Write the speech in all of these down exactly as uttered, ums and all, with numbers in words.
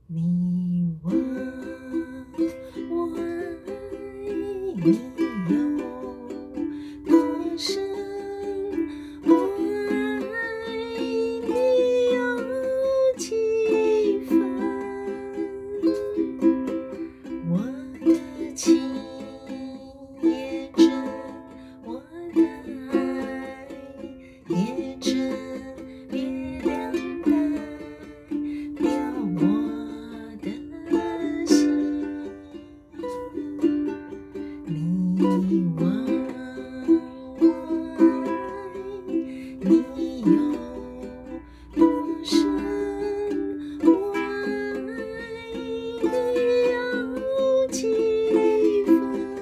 你问我爱你有多深，我爱你有几分？我的情也真，我的爱也真，月亮代表我的心。你问我爱你有多深，我爱你有几分？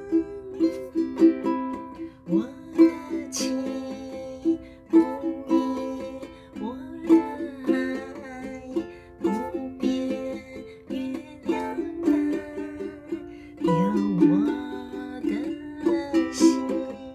我的情不移，我的爱不变，月亮代表我的心。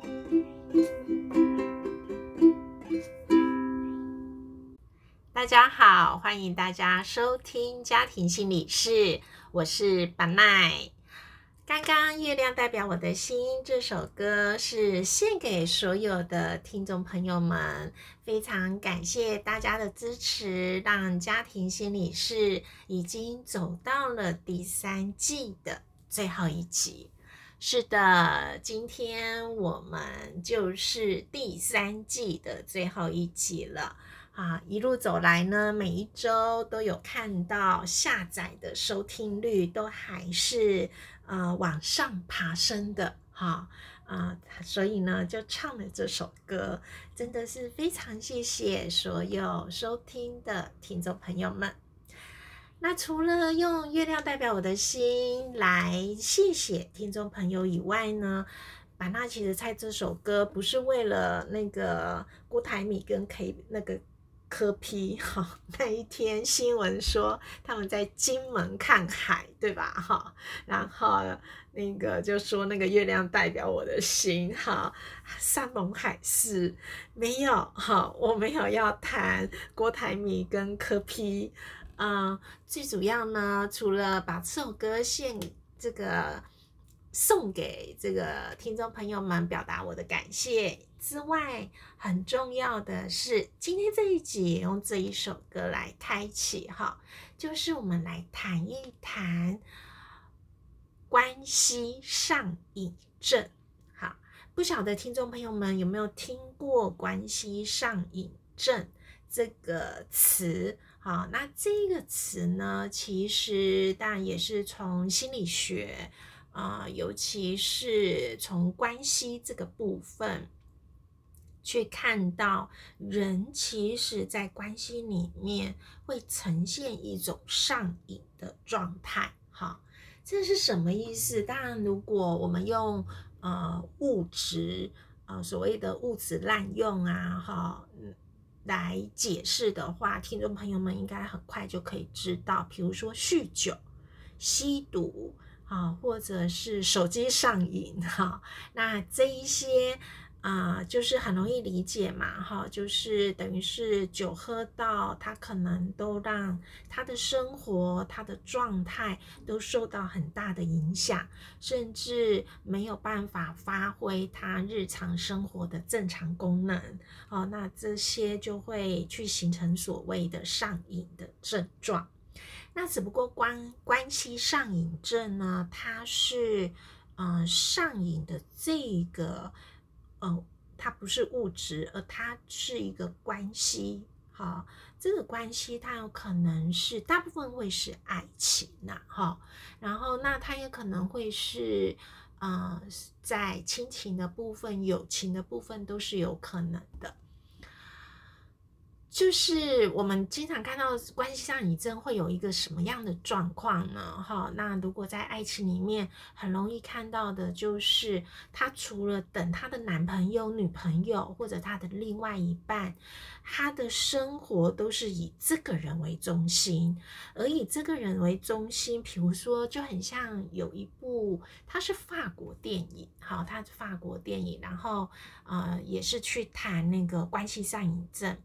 大家好，欢迎大家收听家庭心理室，我是板奈。刚刚月亮代表我的心这首歌是献给所有的听众朋友们，非常感谢大家的支持，让家庭心理室已经走到了第三季的最后一集。是的，今天我们就是第三季的最后一集了啊！一路走来呢，每一周都有看到下载的收听率都还是呃往上爬升的哈啊、呃，所以呢就唱了这首歌，真的是非常谢谢所有收听的听众朋友们。那除了用月亮代表我的心来谢谢听众朋友以外呢，版纳其实唱这首歌不是为了那个郭台铭跟 K 那个柯 P 哈，那一天新闻说他们在金门看海，对吧？哈，然后那个就说那个月亮代表我的心哈，山盟海誓没有哈，我没有要谈郭台铭跟柯 P。嗯，最主要呢，除了把这首歌献这个送给这个听众朋友们，表达我的感谢之外，很重要的是，今天这一集也用这一首歌来开启哈，就是我们来谈一谈关系上瘾症。好，不晓得听众朋友们有没有听过关系上瘾症这个词？好，那这个词呢，其实当然也是从心理学，呃，尤其是从关系这个部分去看到，人其实在关系里面会呈现一种上瘾的状态。好，这是什么意思？当然，如果我们用呃物质，呃所谓的物质滥用啊，哈，嗯。来解释的话，听众朋友们应该很快就可以知道，比如说酗酒、吸毒啊，或者是手机上瘾哈，那这一些啊、呃，就是很容易理解嘛哈，就是等于是酒喝到他可能都让他的生活、他的状态都受到很大的影响，甚至没有办法发挥他日常生活的正常功能。哦，那这些就会去形成所谓的上瘾的症状。那只不过关关系上瘾症呢，它是呃上瘾的这个呃，它不是物质，而它是一个关系。好，这个关系它有可能是大部分会是爱情呐，哈，然后那它也可能会是呃在亲情的部分、友情的部分都是有可能的。就是我们经常看到关系上瘾症会有一个什么样的状况呢？哈，那如果在爱情里面很容易看到的就是她除了等她的男朋友、女朋友或者她的另外一半，她的生活都是以这个人为中心，而以这个人为中心，比如说就很像有一部它是法国电影，好，它是法国电影，然后呃也是去谈那个关系上瘾症。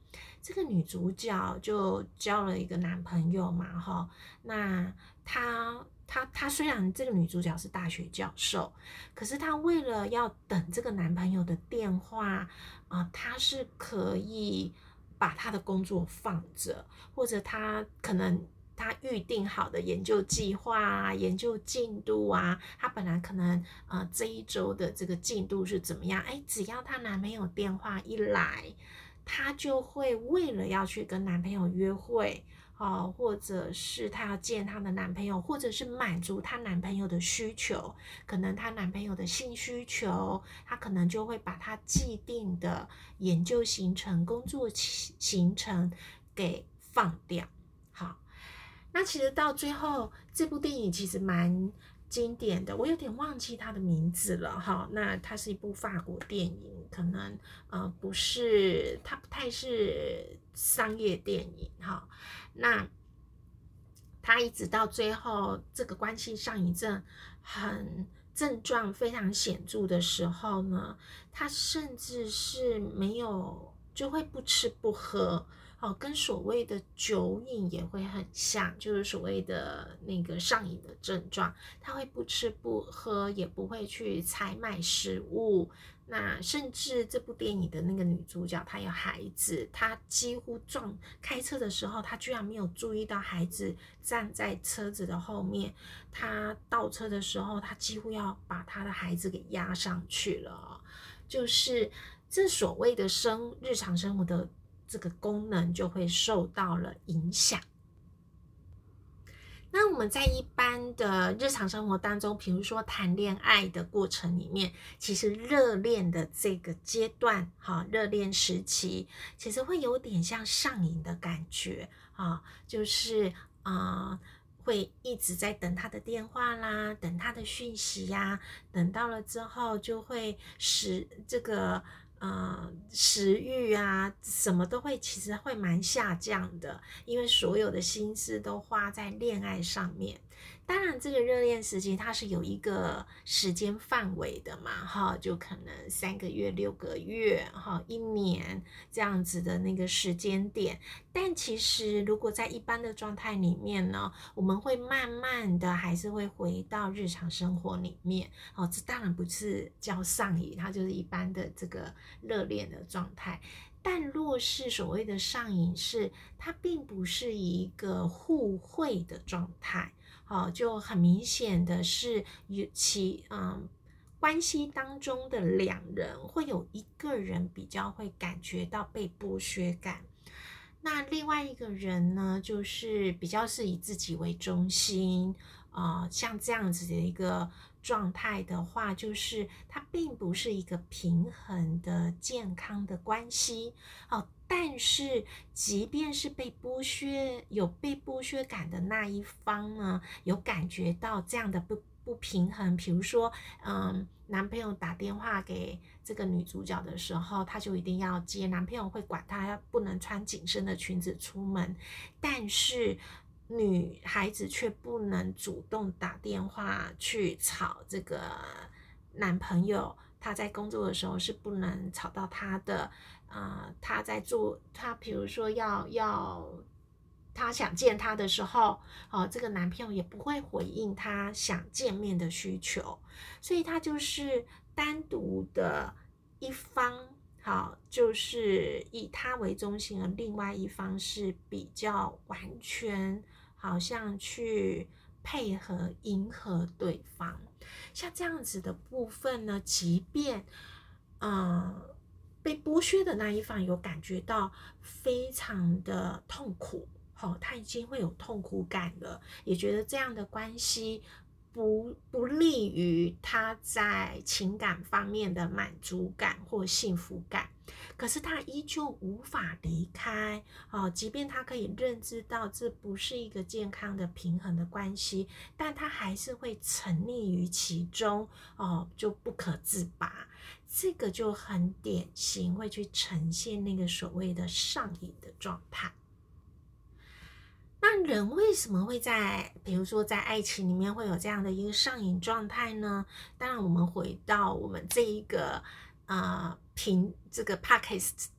这个女主角就交了一个男朋友嘛，哈，那她她她虽然这个女主角是大学教授，可是她为了要等这个男朋友的电话啊、呃，她是可以把她的工作放着，或者她可能。她预定好的研究计划啊、研究进度啊，她本来可能呃这一周的这个进度是怎么样？哎，只要她男朋友电话一来，她就会为了要去跟男朋友约会，哦，或者是她要见她的男朋友，或者是满足她男朋友的需求，可能她男朋友的性需求，她可能就会把她既定的研究行程、工作行程给放掉。好。那其实到最后，这部电影其实蛮经典的，我有点忘记它的名字了哈。那它是一部法国电影，可能呃不是，它不太是商业电影哈。那它一直到最后，这个关系上瘾症很症状非常显著的时候呢，他甚至是没有就会不吃不喝。哦，跟所谓的酒瘾也会很像，就是所谓的那个上瘾的症状，他会不吃不喝，也不会去采买食物。那甚至这部电影的那个女主角，她有孩子，她几乎撞开车的时候，她居然没有注意到孩子站在车子的后面，她倒车的时候，她几乎要把她的孩子给压上去了。就是这所谓的生日常生活的这个功能就会受到了影响。那我们在一般的日常生活当中，比如说谈恋爱的过程里面，其实热恋的这个阶段，哈，热恋时期，其实会有点像上瘾的感觉啊，就是啊、呃，会一直在等他的电话啦，等他的讯息呀、啊，等到了之后就会使这个。呃，食欲啊，什么都会，其实会蛮下降的，因为所有的心思都花在恋爱上面。当然，这个热恋时期它是有一个时间范围的嘛，哈，就可能三个月、六个月，哈，一年这样子的那个时间点。但其实，如果在一般的状态里面呢，我们会慢慢的还是会回到日常生活里面。哦，这当然不是叫上瘾，它就是一般的这个热恋的状态。但若是所谓的上瘾是，它并不是一个互惠的状态。好，就很明显的是有其嗯关系当中的两人会有一个人比较会感觉到被剥削感，那另外一个人呢，就是比较是以自己为中心啊、呃，像这样子的一个状态的话，就是它并不是一个平衡的健康的关系哦。但是，即便是被剥削、有被剥削感的那一方呢，有感觉到这样的不不平衡，比如说，嗯，男朋友打电话给这个女主角的时候，她就一定要接，男朋友会管她不能穿紧身的裙子出门，但是女孩子却不能主动打电话去吵这个男朋友。他在工作的时候是不能吵到他的，啊、呃，他在做，他比如说要要他想见他的时候，哦，这个男朋友也不会回应他想见面的需求，所以他就是单独的一方，好，就是以他为中心的另外一方是比较完全好像去配合迎合对方。像这样子的部分呢，即便呃被剥削的那一方有感觉到非常的痛苦，哦，他已经会有痛苦感了，也觉得这样的关系不不利于他在情感方面的满足感或幸福感，可是他依旧无法离开哦，即便他可以认知到这不是一个健康的平衡的关系，但他还是会沉溺于其中哦，就不可自拔。这个就很典型，会去呈现那个所谓的上瘾的状态。那人为什么会在，比如说在爱情里面会有这样的一个上瘾状态呢？当然，我们回到我们这一个呃评这个 podcast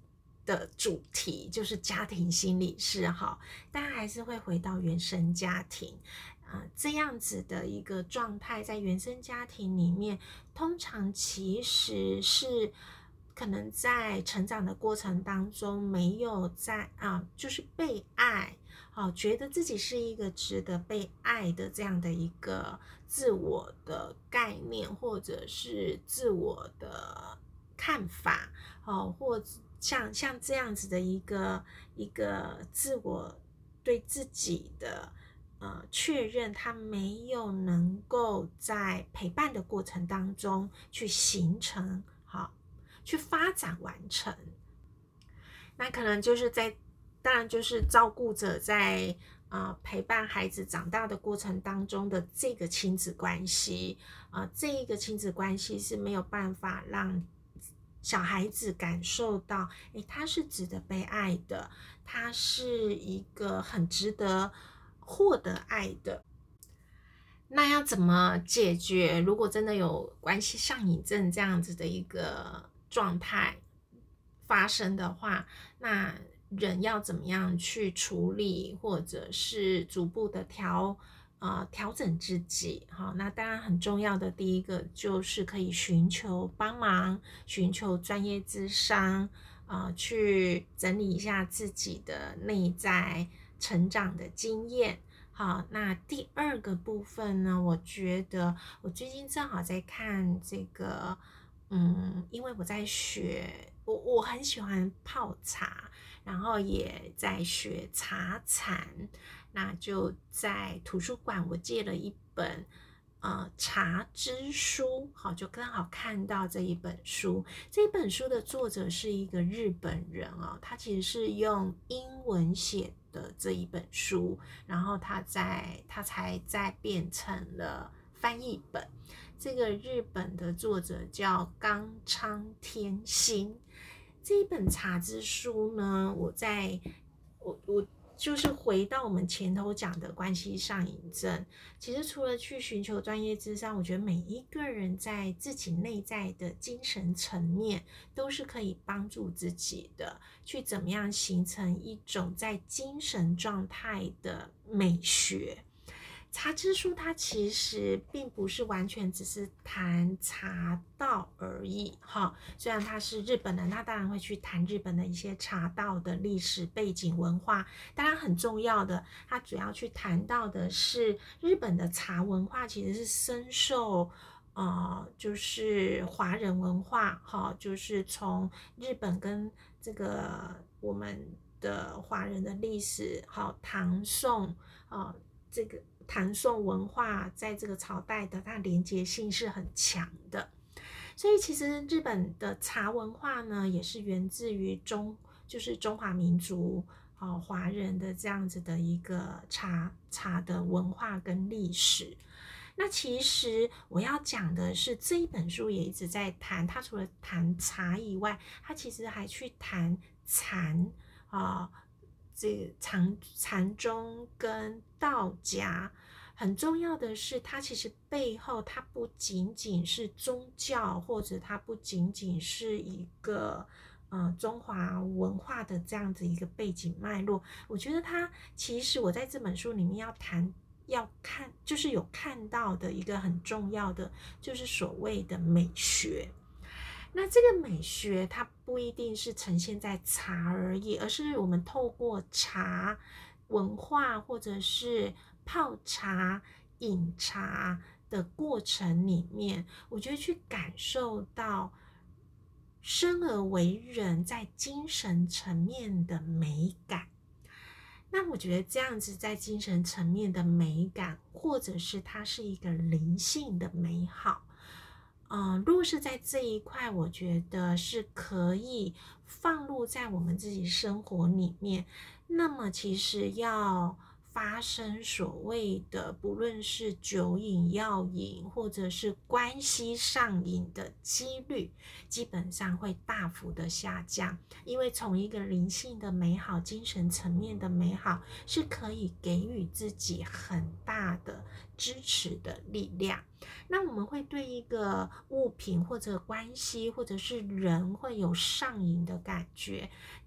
的主题，就是家庭心理师哈，当然还是会回到原生家庭。呃，这样子的一个状态，在原生家庭里面，通常其实是可能在成长的过程当中，没有在啊，就是被爱，哦，觉得自己是一个值得被爱的这样的一个自我的概念，或者是自我的看法，哦，或者像像这样子的一个一个自我对自己的。呃，确认他没有能够在陪伴的过程当中去形成，好，去发展完成。那可能就是在，当然就是照顾者在呃陪伴孩子长大的过程当中的这个亲子关系，呃，这一个亲子关系是没有办法让小孩子感受到，诶，他是值得被爱的，他是一个很值得获得爱的。那要怎么解决？如果真的有关系上瘾症这样子的一个状态发生的话，那人要怎么样去处理，或者是逐步的调呃调整自己？好，那当然很重要的第一个就是可以寻求帮忙，寻求专业咨商，呃，去整理一下自己的内在成长的经验。好，那第二个部分呢，我觉得我最近正好在看这个，嗯，因为我在学，我我很喜欢泡茶，然后也在学茶禅，那就在图书馆我借了一本呃茶之书，好，就刚好看到这一本书。这本书的作者是一个日本人哦，他其实是用英文写的这一本书，然后他在他才再变成了翻译本。这个日本的作者叫冈仓天心。这一本茶之书呢，我在我我就是回到我们前头讲的关系上瘾症，其实除了去寻求专业咨商，我觉得每一个人在自己内在的精神层面都是可以帮助自己的，去怎么样形成一种在精神状态的美学。茶之书它其实并不是完全只是谈茶道而已哈，虽然他是日本人，他当然会去谈日本的一些茶道的历史背景文化，当然很重要的，他主要去谈到的是日本的茶文化其实是深受呃，就是华人文化哈，就是从日本跟这个我们的华人的历史，好，唐宋啊，这个唐宋文化在这个朝代的它连结性是很强的，所以其实日本的茶文化呢，也是源自于中，就是中华民族哦，华人的这样子的一个茶茶的文化跟历史。那其实我要讲的是，这一本书也一直在谈，它除了谈茶以外，它其实还去谈禅啊，这禅禅宗跟道家。很重要的是，它其实背后它不仅仅是宗教，或者它不仅仅是一个呃中华文化的这样子一个背景脉络。我觉得它其实我在这本书里面要谈。要看，就是有看到的一个很重要的，就是所谓的美学。那这个美学它不一定是呈现在茶而已，而是我们透过茶文化或者是泡茶、饮茶的过程里面，我觉得去感受到生而为人在精神层面的美感。那我觉得这样子在精神层面的美感，或者是它是一个灵性的美好，呃，如果是在这一块，我觉得是可以放入在我们自己生活里面。那么其实要发生所谓的不论是酒瘾、药瘾或者是关系上瘾的几率，基本上会大幅的下降，因为从一个灵性的美好、精神层面的美好，是可以给予自己很大的支持的力量。那我们会对一个物品或者关系或者是人会有上瘾的感觉，大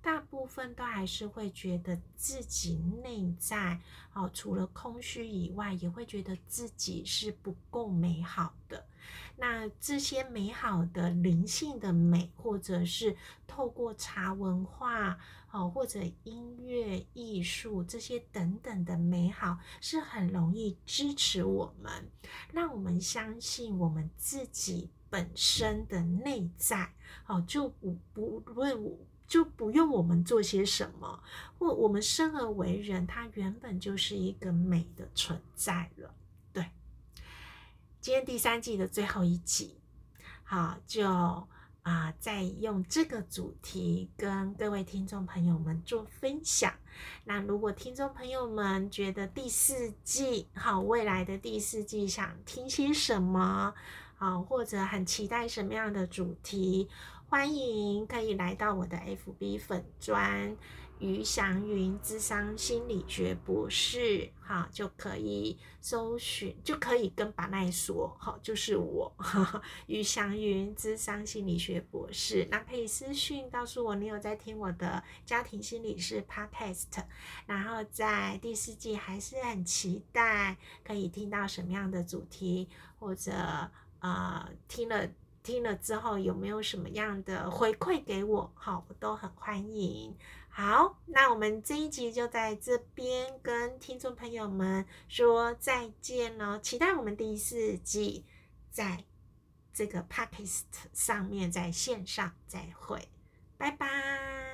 大部分都还是会觉得自己内在哦，除了空虚以外，也会觉得自己是不够美好的。那这些美好的灵性的美，或者是透过茶文化哦，或者音乐、艺术这些等等的美好，是很容易支持我们，让我们相信我们自己本身的内在哦，就不不论就不用我们做些什么，或我们生而为人，它原本就是一个美的存在了。对，今天第三季的最后一集，好，就啊、呃，再用这个主题跟各位听众朋友们做分享。那如果听众朋友们觉得第四季好，未来的第四季想听些什么，好，或者很期待什么样的主题，欢迎可以来到我的 F B 粉专于祥云諮商心理学博士，哈，就可以搜寻，就可以跟巴奈说，好，就是我于祥云諮商心理学博士。那可以私讯告诉我你有在听我的家庭心理师 Podcast， 然后在第四季还是很期待可以听到什么样的主题，或者呃听了听了之后有没有什么样的回馈给我，好，我都很欢迎。好，那我们这一集就在这边跟听众朋友们说再见了，期待我们第四季在这个 Podcast 上面在线上再会，拜拜。